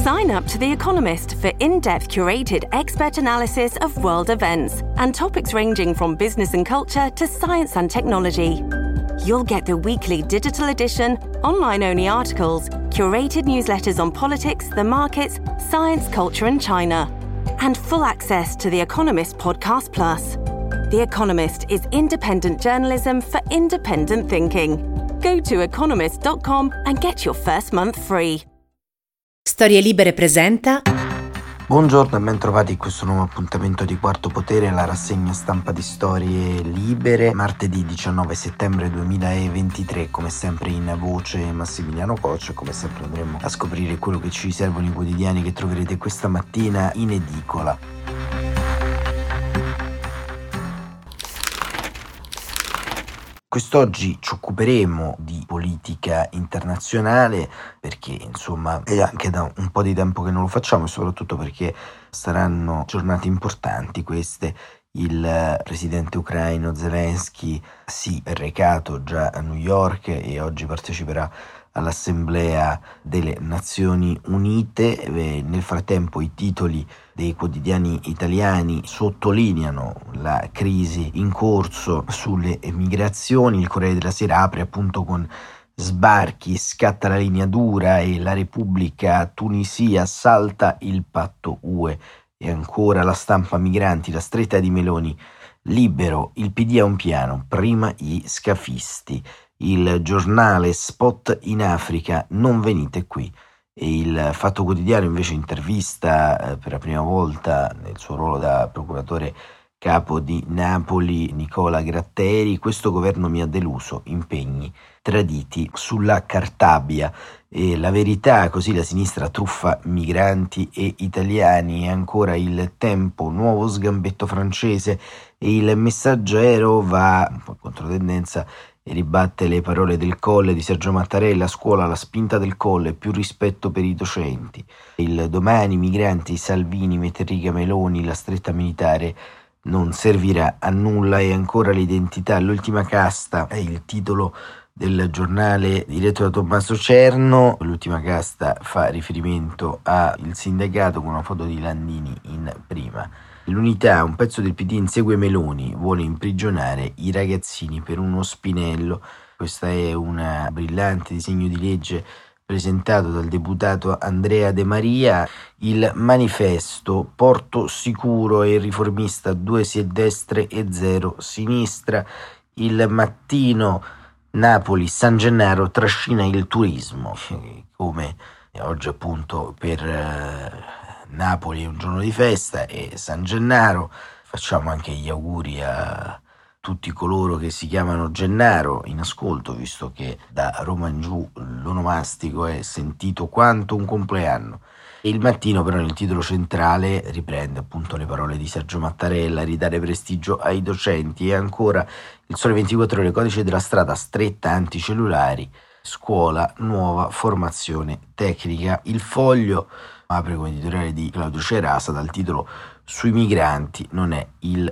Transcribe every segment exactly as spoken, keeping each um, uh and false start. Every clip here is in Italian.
Sign up to The Economist for in-depth curated expert analysis of world events and topics ranging from business and culture to science and technology. You'll get the weekly digital edition, online-only articles, curated newsletters on politics, the markets, science, culture and China, and full access to The Economist Podcast Plus. The Economist is independent journalism for independent thinking. Go to economist dot com and get your first month free. Storie Libere presenta. Buongiorno e ben trovati in questo nuovo appuntamento di Quarto Potere, la rassegna stampa di Storie Libere, martedì diciannove settembre duemilaventitré, come sempre in voce Massimiliano Coccia, e come sempre andremo a scoprire quello che ci riservano i quotidiani che troverete questa mattina in edicola. Quest'oggi ci occuperemo di politica internazionale perché insomma è anche da un po' di tempo che non lo facciamo e soprattutto perché saranno giornate importanti queste. Il presidente ucraino Zelensky si è recato già a New York e oggi parteciperà all'Assemblea delle Nazioni Unite. Nel frattempo i titoli dei quotidiani italiani sottolineano la crisi in corso sulle migrazioni. Il Corriere della Sera apre appunto con sbarchi, scatta la linea dura e la Repubblica Tunisia salta il patto U E. E ancora La Stampa, migranti, la stretta di Meloni, Libero, il P D ha un piano, prima gli scafisti. Il Giornale, spot in Africa, non venite qui. E il Fatto Quotidiano invece intervista eh, per la prima volta nel suo ruolo da procuratore capo di Napoli Nicola Gratteri. Questo governo mi ha deluso, impegni traditi sulla Cartabia. E La Verità, così la sinistra truffa migranti e italiani. E ancora Il Tempo, nuovo sgambetto francese. E Il Messaggero va un po' in controtendenza e ribatte le parole del Colle di Sergio Mattarella: a scuola la spinta del Colle, più rispetto per i docenti. Il Domani, migranti, Salvini mette in riga Meloni, la stretta militare non servirà a nulla. E ancora L'Identità, l'ultima casta è il titolo del giornale diretto da Tommaso Cerno. L'ultima casta fa riferimento al sindacato con una foto di Landini in prima. L'Unità, un pezzo del P D insegue Meloni, vuole imprigionare i ragazzini per uno spinello. Questo è un brillante disegno di legge presentato dal deputato Andrea De Maria. Il Manifesto, porto sicuro e riformista, due si è destra e zero sinistra. Il Mattino, Napoli, San Gennaro trascina il turismo, come oggi appunto per eh, Napoli è un giorno di festa e San Gennaro. Facciamo anche gli auguri a tutti coloro che si chiamano Gennaro in ascolto, visto che da Roma in giù l'onomastico è sentito quanto un compleanno. E Il Mattino però nel titolo centrale riprende appunto le parole di Sergio Mattarella: ridare prestigio ai docenti. E ancora Il Sole ventiquattro Ore, codice della strada, stretta anticellulari, scuola, nuova formazione tecnica. Il Foglio apre con editoriale di Claudio Cerasa dal titolo Sui migranti non è il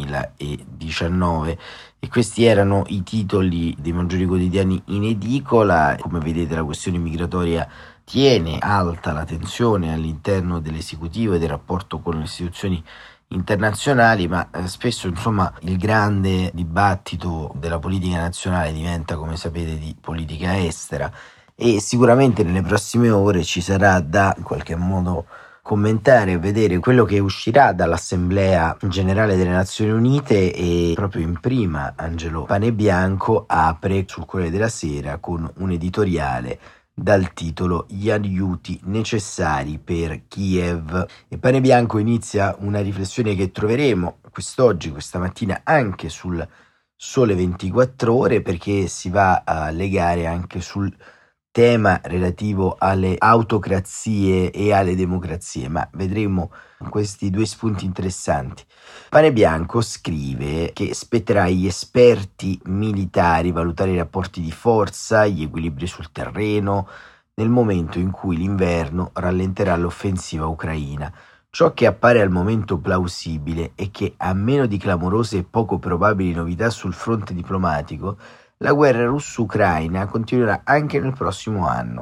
duemiladiciannove. E questi erano i titoli dei maggiori quotidiani in edicola. Come vedete la questione migratoria tiene alta la tensione all'interno dell'esecutivo e del rapporto con le istituzioni internazionali, ma eh, spesso insomma il grande dibattito della politica nazionale diventa, come sapete, di politica estera. E sicuramente nelle prossime ore ci sarà da in qualche modo commentare e vedere quello che uscirà dall'Assemblea Generale delle Nazioni Unite. E proprio in prima Angelo Panebianco apre sul Corriere della Sera con un editoriale dal titolo Gli aiuti necessari per Kiev. E Panebianco inizia una riflessione che troveremo quest'oggi, questa mattina, anche sul Sole ventiquattro Ore, perché si va a legare anche sul tema relativo alle autocrazie e alle democrazie, ma vedremo questi due spunti interessanti. Panebianco scrive che spetterà agli esperti militari valutare i rapporti di forza, gli equilibri sul terreno, nel momento in cui l'inverno rallenterà l'offensiva ucraina. Ciò che appare al momento plausibile è che, a meno di clamorose e poco probabili novità sul fronte diplomatico, la guerra russo-ucraina continuerà anche nel prossimo anno.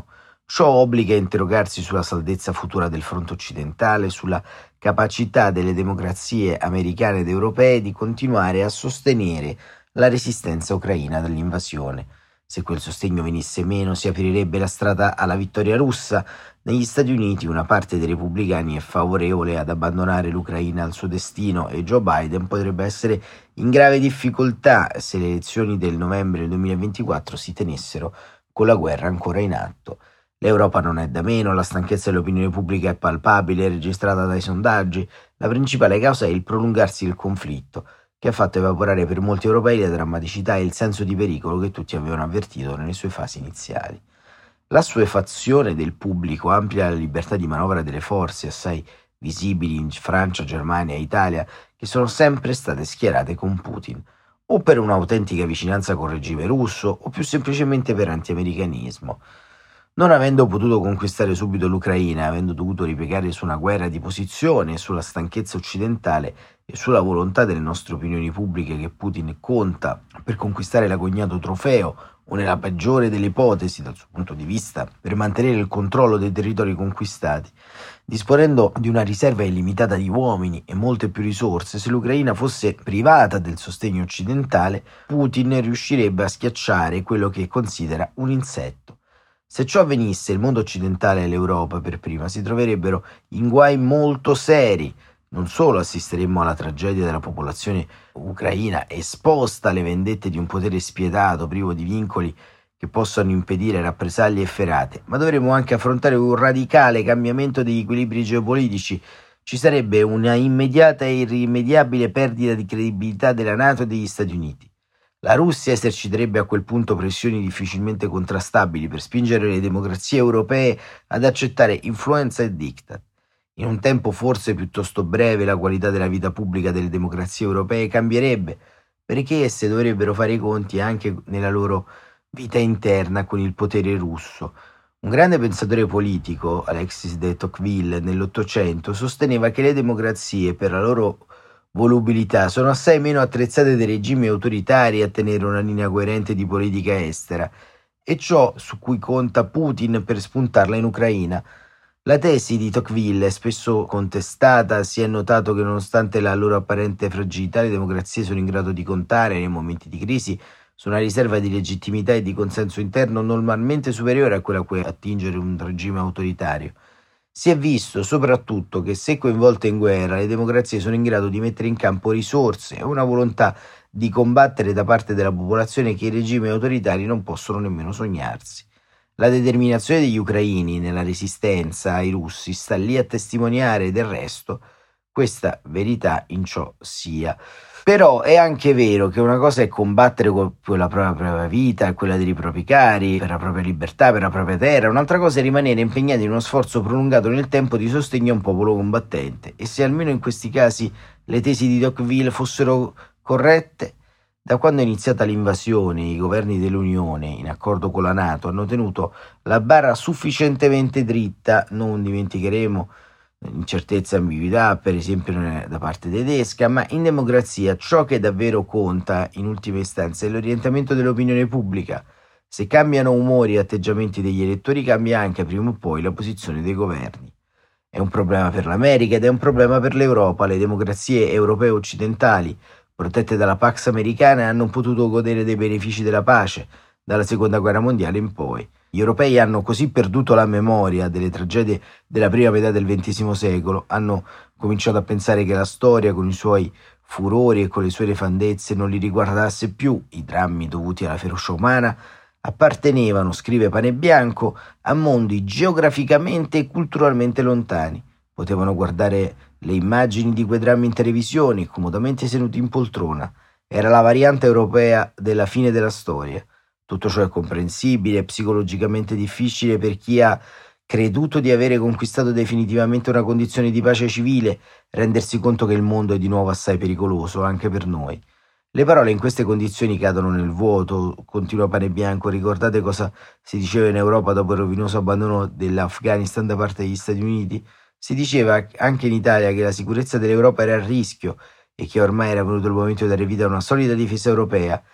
Ciò obbliga a interrogarsi sulla saldezza futura del fronte occidentale, sulla capacità delle democrazie americane ed europee di continuare a sostenere la resistenza ucraina dall'invasione. Se quel sostegno venisse meno, si aprirebbe la strada alla vittoria russa. Negli Stati Uniti una parte dei repubblicani è favorevole ad abbandonare l'Ucraina al suo destino e Joe Biden potrebbe essere in grave difficoltà se le elezioni del novembre duemilaventiquattro si tenessero con la guerra ancora in atto. L'Europa non è da meno, la stanchezza dell'opinione pubblica è palpabile, è registrata dai sondaggi. La principale causa è il prolungarsi del conflitto, che ha fatto evaporare per molti europei la drammaticità e il senso di pericolo che tutti avevano avvertito nelle sue fasi iniziali. L'assuefazione del pubblico amplia la libertà di manovra delle forze, assai visibili in Francia, Germania e Italia, che sono sempre state schierate con Putin, o per un'autentica vicinanza col regime russo, o più semplicemente per anti-americanismo. Non avendo potuto conquistare subito l'Ucraina, avendo dovuto ripiegare su una guerra di posizione, sulla stanchezza occidentale e sulla volontà delle nostre opinioni pubbliche che Putin conta per conquistare l'agognato trofeo, o nella peggiore delle ipotesi dal suo punto di vista, per mantenere il controllo dei territori conquistati, disponendo di una riserva illimitata di uomini e molte più risorse, se l'Ucraina fosse privata del sostegno occidentale, Putin riuscirebbe a schiacciare quello che considera un insetto. Se ciò avvenisse, il mondo occidentale e l'Europa per prima si troverebbero in guai molto seri. Non solo assisteremmo alla tragedia della popolazione ucraina esposta alle vendette di un potere spietato, privo di vincoli che possano impedire rappresaglie efferate, ma dovremmo anche affrontare un radicale cambiamento degli equilibri geopolitici. Ci sarebbe una immediata e irrimediabile perdita di credibilità della NATO e degli Stati Uniti. La Russia eserciterebbe a quel punto pressioni difficilmente contrastabili per spingere le democrazie europee ad accettare influenza e diktat. In un tempo forse piuttosto breve la qualità della vita pubblica delle democrazie europee cambierebbe, perché esse dovrebbero fare i conti anche nella loro vita interna con il potere russo. Un grande pensatore politico, Alexis de Tocqueville, nell'Ottocento sosteneva che le democrazie, per la loro volubilità, sono assai meno attrezzate dei regimi autoritari a tenere una linea coerente di politica estera, e ciò su cui conta Putin per spuntarla in Ucraina. La tesi di Tocqueville è spesso contestata, si è notato che nonostante la loro apparente fragilità le democrazie sono in grado di contare nei momenti di crisi su una riserva di legittimità e di consenso interno normalmente superiore a quella a cui attingere un regime autoritario. Si è visto soprattutto che se coinvolte in guerra le democrazie sono in grado di mettere in campo risorse e una volontà di combattere da parte della popolazione che i regimi autoritari non possono nemmeno sognarsi. La determinazione degli ucraini nella resistenza ai russi sta lì a testimoniare del resto questa verità in ciò sia. Però è anche vero che una cosa è combattere per la propria vita, quella dei propri cari, per la propria libertà, per la propria terra, un'altra cosa è rimanere impegnati in uno sforzo prolungato nel tempo di sostegno a un popolo combattente. E se almeno in questi casi le tesi di Tocqueville fossero corrette, da quando è iniziata l'invasione, i governi dell'Unione, in accordo con la NATO, hanno tenuto la barra sufficientemente dritta. Non dimenticheremo incertezza e ambiguità, per esempio da parte tedesca, ma in democrazia ciò che davvero conta in ultima istanza è l'orientamento dell'opinione pubblica. Se cambiano umori e atteggiamenti degli elettori, cambia anche prima o poi la posizione dei governi. È un problema per l'America ed è un problema per l'Europa. Le democrazie europee occidentali, protette dalla Pax americana, hanno potuto godere dei benefici della pace dalla seconda guerra mondiale in poi. Gli europei hanno così perduto la memoria delle tragedie della prima metà del ventesimo secolo, hanno cominciato a pensare che la storia, con i suoi furori e con le sue nefandezze, non li riguardasse più. I drammi dovuti alla ferocia umana appartenevano, scrive Panebianco, a mondi geograficamente e culturalmente lontani. Potevano guardare le immagini di quei drammi in televisione, comodamente seduti in poltrona. Era la variante europea della fine della storia. Tutto ciò è comprensibile, psicologicamente difficile per chi ha creduto di avere conquistato definitivamente una condizione di pace civile, rendersi conto che il mondo è di nuovo assai pericoloso anche per noi. Le parole in queste condizioni cadono nel vuoto, continua Panebianco. Ricordate cosa si diceva in Europa dopo il rovinoso abbandono dell'Afghanistan da parte degli Stati Uniti? Si diceva anche in Italia che la sicurezza dell'Europa era a rischio e che ormai era venuto il momento di dare vita a una solida difesa europea.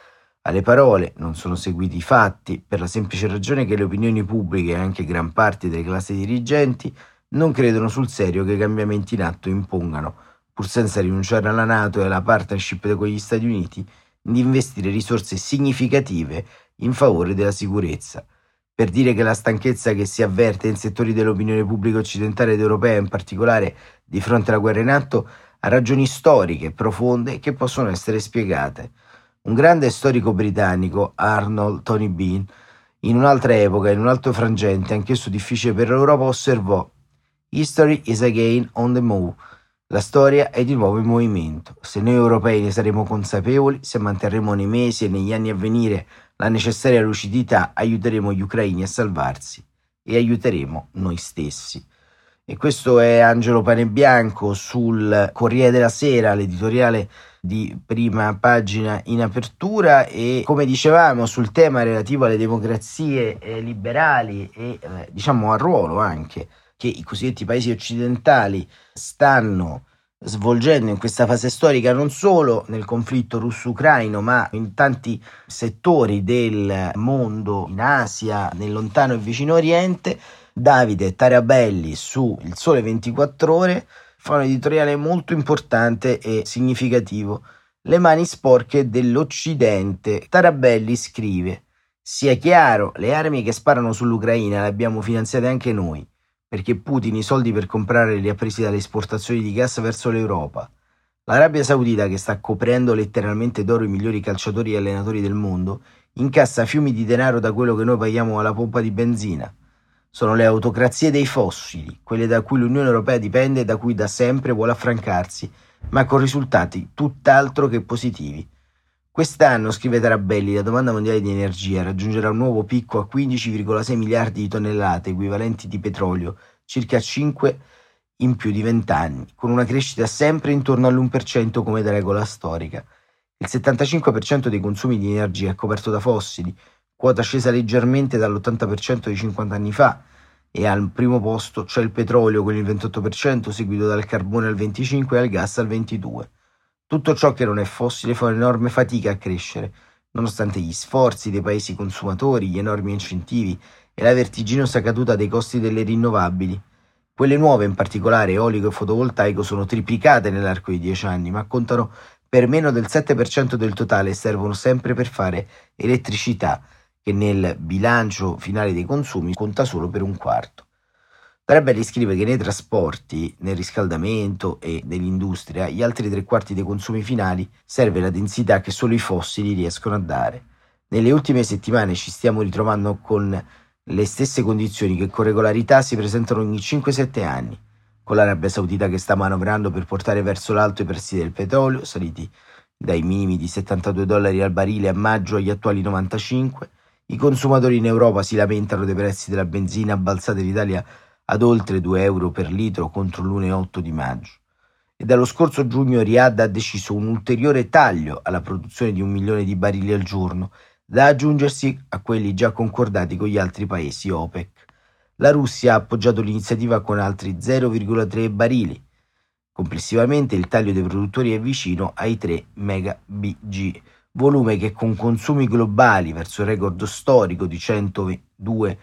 Alle parole non sono seguiti i fatti, per la semplice ragione che le opinioni pubbliche e anche gran parte delle classi dirigenti non credono sul serio che i cambiamenti in atto impongano, pur senza rinunciare alla NATO e alla partnership con gli Stati Uniti, di investire risorse significative in favore della sicurezza. Per dire che la stanchezza che si avverte in settori dell'opinione pubblica occidentale ed europea, in particolare di fronte alla guerra in atto, ha ragioni storiche profonde che possono essere spiegate. Un grande storico britannico, Arnold Tony Bean, in un'altra epoca, in un altro frangente, anch'esso difficile per l'Europa, osservò: "History is again on the move." La storia è di nuovo in movimento. Se noi europei ne saremo consapevoli, se manterremo nei mesi e negli anni a venire la necessaria lucidità, aiuteremo gli ucraini a salvarsi e aiuteremo noi stessi. E questo è Angelo Panebianco sul Corriere della Sera, l'editoriale di prima pagina in apertura, e come dicevamo sul tema relativo alle democrazie eh, liberali e eh, diciamo al ruolo anche che i cosiddetti paesi occidentali stanno svolgendo in questa fase storica, non solo nel conflitto russo-ucraino, ma in tanti settori del mondo, in Asia, nel lontano e vicino Oriente. Davide Tarabelli su Il Sole ventiquattro Ore fa un editoriale molto importante e significativo: le mani sporche dell'Occidente. Tarabelli scrive: sia chiaro, le armi che sparano sull'Ucraina le abbiamo finanziate anche noi, perché Putin i soldi per comprare li ha presi dalle esportazioni di gas verso l'Europa. L'Arabia Saudita, che sta coprendo letteralmente d'oro i migliori calciatori e allenatori del mondo, incassa fiumi di denaro da quello che noi paghiamo alla pompa di benzina. Sono le autocrazie dei fossili, quelle da cui l'Unione Europea dipende e da cui da sempre vuole affrancarsi, ma con risultati tutt'altro che positivi. Quest'anno, scrive Tarabelli, la domanda mondiale di energia raggiungerà un nuovo picco a quindici virgola sei miliardi di tonnellate equivalenti di petrolio, circa cinque in più di vent'anni, con una crescita sempre intorno all'uno per cento come da regola storica. Il settantacinque per cento dei consumi di energia è coperto da fossili, quota scesa leggermente dall'ottanta per cento di cinquanta anni fa, e al primo posto c'è il petrolio con il ventotto per cento, seguito dal carbone al venticinque per cento e al gas al ventidue per cento. Tutto ciò che non è fossile fa un'enorme fatica a crescere, nonostante gli sforzi dei paesi consumatori, gli enormi incentivi e la vertiginosa caduta dei costi delle rinnovabili. Quelle nuove, in particolare eolico e fotovoltaico, sono triplicate nell'arco di dieci anni, ma contano per meno del sette per cento del totale e servono sempre per fare elettricità, che nel bilancio finale dei consumi conta solo per un quarto. Tarabelli scrive che nei trasporti, nel riscaldamento e nell'industria, gli altri tre quarti dei consumi finali serve la densità che solo i fossili riescono a dare. Nelle ultime settimane ci stiamo ritrovando con le stesse condizioni che con regolarità si presentano ogni cinque sette anni, con l'Arabia Saudita che sta manovrando per portare verso l'alto i prezzi del petrolio, saliti dai minimi di settantadue dollari al barile a maggio agli attuali novantacinque. I consumatori in Europa si lamentano dei prezzi della benzina balzati in Italia ad oltre due euro per litro contro l'uno virgola otto di maggio. E dallo scorso giugno Riyadh ha deciso un ulteriore taglio alla produzione di un milione di barili al giorno, da aggiungersi a quelli già concordati con gli altri paesi OPEC. La Russia ha appoggiato l'iniziativa con altri zero virgola tre barili. Complessivamente il taglio dei produttori è vicino ai tre megabg, volume che con consumi globali verso il record storico di centodue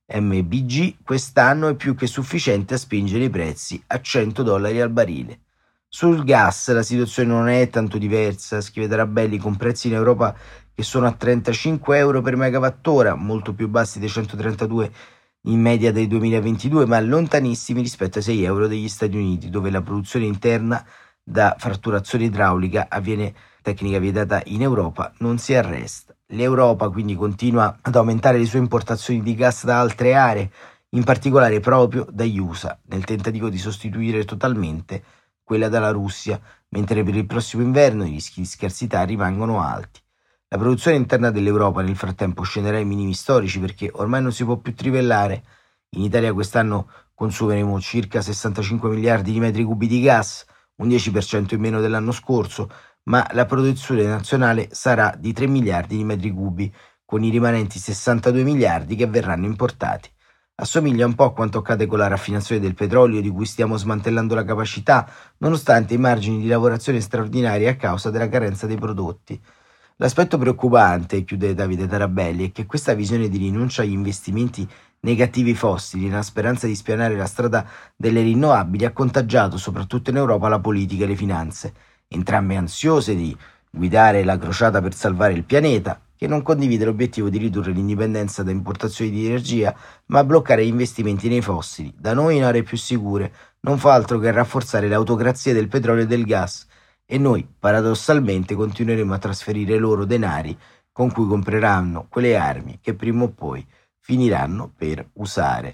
megabg quest'anno è più che sufficiente a spingere i prezzi a cento dollari al barile. Sul gas la situazione non è tanto diversa, scrive Tarabelli, con prezzi in Europa che sono a trentacinque euro per megawattora, molto più bassi dei centotrentadue in media del duemilaventidue, ma lontanissimi rispetto ai sei euro degli Stati Uniti, dove la produzione interna da fratturazione idraulica avviene, tecnica vietata in Europa, non si arresta. L'Europa quindi continua ad aumentare le sue importazioni di gas da altre aree, in particolare proprio dagli U S A, nel tentativo di sostituire totalmente quella dalla Russia, mentre per il prossimo inverno i rischi di scarsità rimangono alti. La produzione interna dell'Europa nel frattempo scenderà ai minimi storici perché ormai non si può più trivellare. In Italia quest'anno consumeremo circa sessantacinque miliardi di metri cubi di gas, un dieci per cento in meno dell'anno scorso, ma la produzione nazionale sarà di tre miliardi di metri cubi, con i rimanenti sessantadue miliardi che verranno importati. Assomiglia un po' a quanto accade con la raffinazione del petrolio, di cui stiamo smantellando la capacità, nonostante i margini di lavorazione straordinari a causa della carenza dei prodotti. L'aspetto preoccupante, chiude Davide Tarabelli, è che questa visione di rinuncia agli investimenti negativi fossili, nella speranza di spianare la strada delle rinnovabili, ha contagiato soprattutto in Europa la politica e le finanze, entrambe ansiose di guidare la crociata per salvare il pianeta, che non condivide l'obiettivo di ridurre l'indipendenza da importazioni di energia, ma bloccare gli investimenti nei fossili, da noi in aree più sicure, non fa altro che rafforzare le autocrazie del petrolio e del gas, e noi, paradossalmente, continueremo a trasferire loro denari con cui compreranno quelle armi che prima o poi finiranno per usare.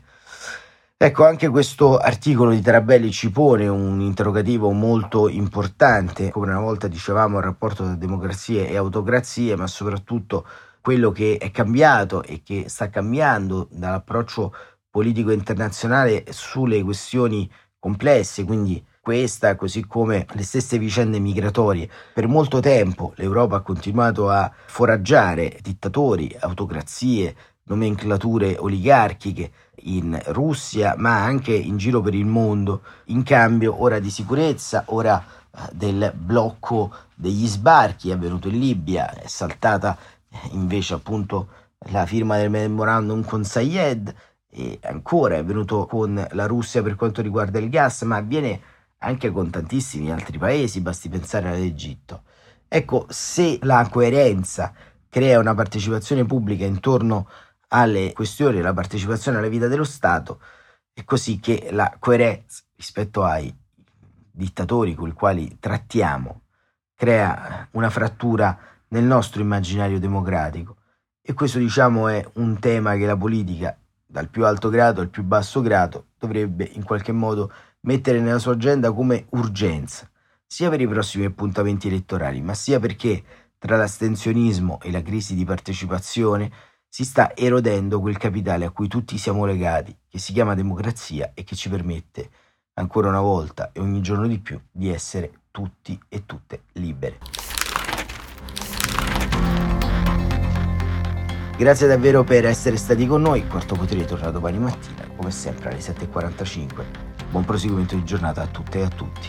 Ecco, anche questo articolo di Tarabelli ci pone un interrogativo molto importante, come una volta dicevamo, il rapporto tra democrazie e autocrazie, ma soprattutto quello che è cambiato e che sta cambiando dall'approccio politico internazionale sulle questioni complesse, quindi questa, così come le stesse vicende migratorie. Per molto tempo l'Europa ha continuato a foraggiare dittatori, autocrazie, nomenclature oligarchiche in Russia, ma anche in giro per il mondo, in cambio ora di sicurezza, ora eh, del blocco degli sbarchi. È avvenuto in Libia, è saltata eh, invece appunto la firma del memorandum con Sayed, e ancora è avvenuto con la Russia per quanto riguarda il gas, ma avviene anche con tantissimi altri paesi, basti pensare all'Egitto. Ecco, se la coerenza crea una partecipazione pubblica intorno alle questioni, la partecipazione alla vita dello Stato, è così che la coerenza rispetto ai dittatori con i quali trattiamo crea una frattura nel nostro immaginario democratico, e questo, diciamo, è un tema che la politica, dal più alto grado al più basso grado, dovrebbe in qualche modo mettere nella sua agenda come urgenza, sia per i prossimi appuntamenti elettorali, ma sia perché tra l'astensionismo e la crisi di partecipazione si sta erodendo quel capitale a cui tutti siamo legati, che si chiama democrazia e che ci permette, ancora una volta e ogni giorno di più, di essere tutti e tutte libere. Grazie davvero per essere stati con noi. Quarto Potere torna domani mattina, come sempre alle sette e quarantacinque. Buon proseguimento di giornata a tutte e a tutti.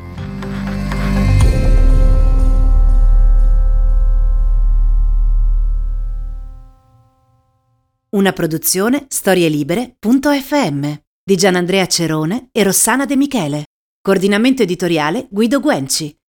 Una produzione storielibere punto effe emme di Gianandrea Cerone e Rossana De Michele. Coordinamento editoriale Guido Guenci.